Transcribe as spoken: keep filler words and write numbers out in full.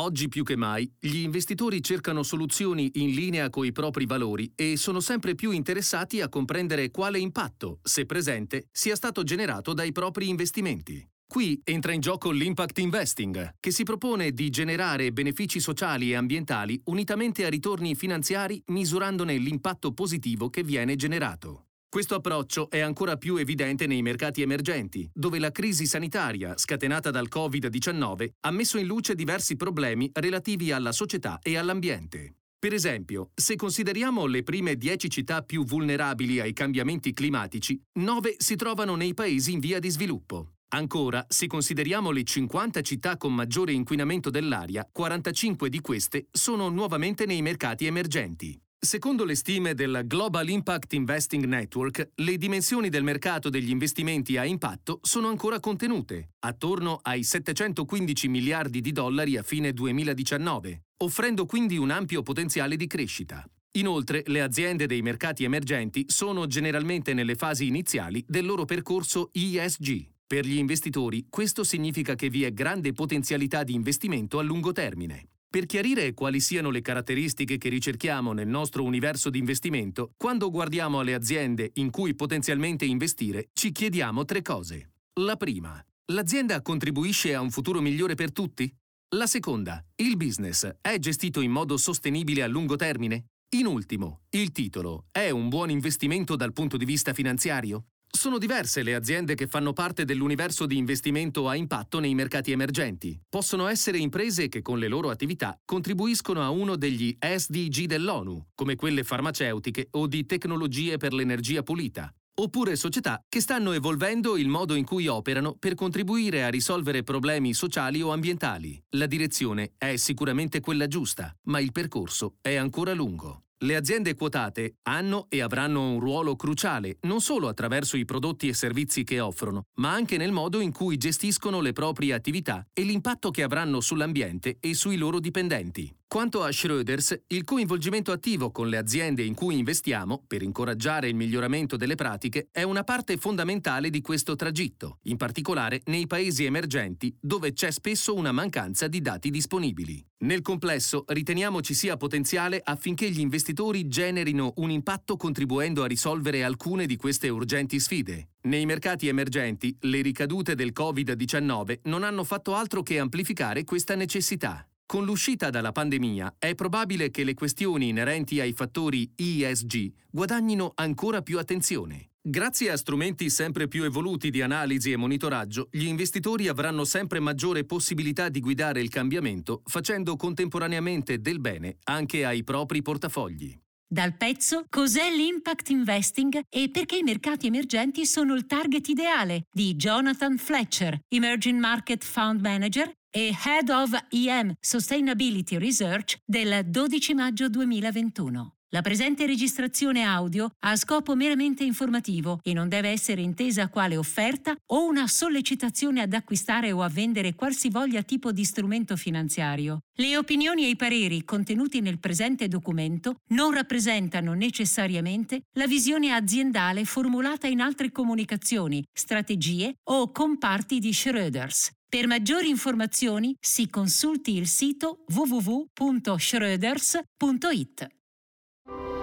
Oggi più che mai, gli investitori cercano soluzioni in linea coi propri valori e sono sempre più interessati a comprendere quale impatto, se presente, sia stato generato dai propri investimenti. Qui entra in gioco l'impact investing, che si propone di generare benefici sociali e ambientali unitamente a ritorni finanziari misurandone l'impatto positivo che viene generato. Questo approccio è ancora più evidente nei mercati emergenti, dove la crisi sanitaria, scatenata dal covid diciannove, ha messo in luce diversi problemi relativi alla società e all'ambiente. Per esempio, se consideriamo le prime dieci città più vulnerabili ai cambiamenti climatici, nove si trovano nei paesi in via di sviluppo. Ancora, se consideriamo le cinquanta città con maggiore inquinamento dell'aria, quarantacinque di queste sono nuovamente nei mercati emergenti. Secondo le stime del Global Impact Investing Network, le dimensioni del mercato degli investimenti a impatto sono ancora contenute, attorno ai settecentoquindici miliardi di dollari a fine duemiladiciannove, offrendo quindi un ampio potenziale di crescita. Inoltre, le aziende dei mercati emergenti sono generalmente nelle fasi iniziali del loro percorso E S G. Per gli investitori, questo significa che vi è grande potenzialità di investimento a lungo termine. Per chiarire quali siano le caratteristiche che ricerchiamo nel nostro universo di investimento, quando guardiamo alle aziende in cui potenzialmente investire, ci chiediamo tre cose. La prima: l'azienda contribuisce a un futuro migliore per tutti? La seconda: il business è gestito in modo sostenibile a lungo termine? In ultimo, il titolo è un buon investimento dal punto di vista finanziario? Sono diverse le aziende che fanno parte dell'universo di investimento a impatto nei mercati emergenti. Possono essere imprese che con le loro attività contribuiscono a uno degli S D G dell'ONU, come quelle farmaceutiche o di tecnologie per l'energia pulita, oppure società che stanno evolvendo il modo in cui operano per contribuire a risolvere problemi sociali o ambientali. La direzione è sicuramente quella giusta, ma il percorso è ancora lungo. Le aziende quotate hanno e avranno un ruolo cruciale non solo attraverso i prodotti e servizi che offrono, ma anche nel modo in cui gestiscono le proprie attività e l'impatto che avranno sull'ambiente e sui loro dipendenti. Quanto a Schroders, il coinvolgimento attivo con le aziende in cui investiamo, per incoraggiare il miglioramento delle pratiche, è una parte fondamentale di questo tragitto, in particolare nei paesi emergenti dove c'è spesso una mancanza di dati disponibili. Nel complesso, riteniamo ci sia potenziale affinché gli investitori generino un impatto contribuendo a risolvere alcune di queste urgenti sfide. Nei mercati emergenti, le ricadute del covid diciannove non hanno fatto altro che amplificare questa necessità. Con l'uscita dalla pandemia è probabile che le questioni inerenti ai fattori E S G guadagnino ancora più attenzione. Grazie a strumenti sempre più evoluti di analisi e monitoraggio, gli investitori avranno sempre maggiore possibilità di guidare il cambiamento, facendo contemporaneamente del bene anche ai propri portafogli. Dal pezzo Cos'è l'impact investing e perché i mercati emergenti sono il target ideale di Jonathan Fletcher, Emerging Market Fund Manager e Head of E M Sustainability Research del dodici maggio duemilaventuno. La presente registrazione audio ha scopo meramente informativo e non deve essere intesa quale offerta o una sollecitazione ad acquistare o a vendere qualsivoglia tipo di strumento finanziario. Le opinioni e i pareri contenuti nel presente documento non rappresentano necessariamente la visione aziendale formulata in altre comunicazioni, strategie o comparti di Schroders. Per maggiori informazioni si consulti il sito w w w punto schroders punto i t.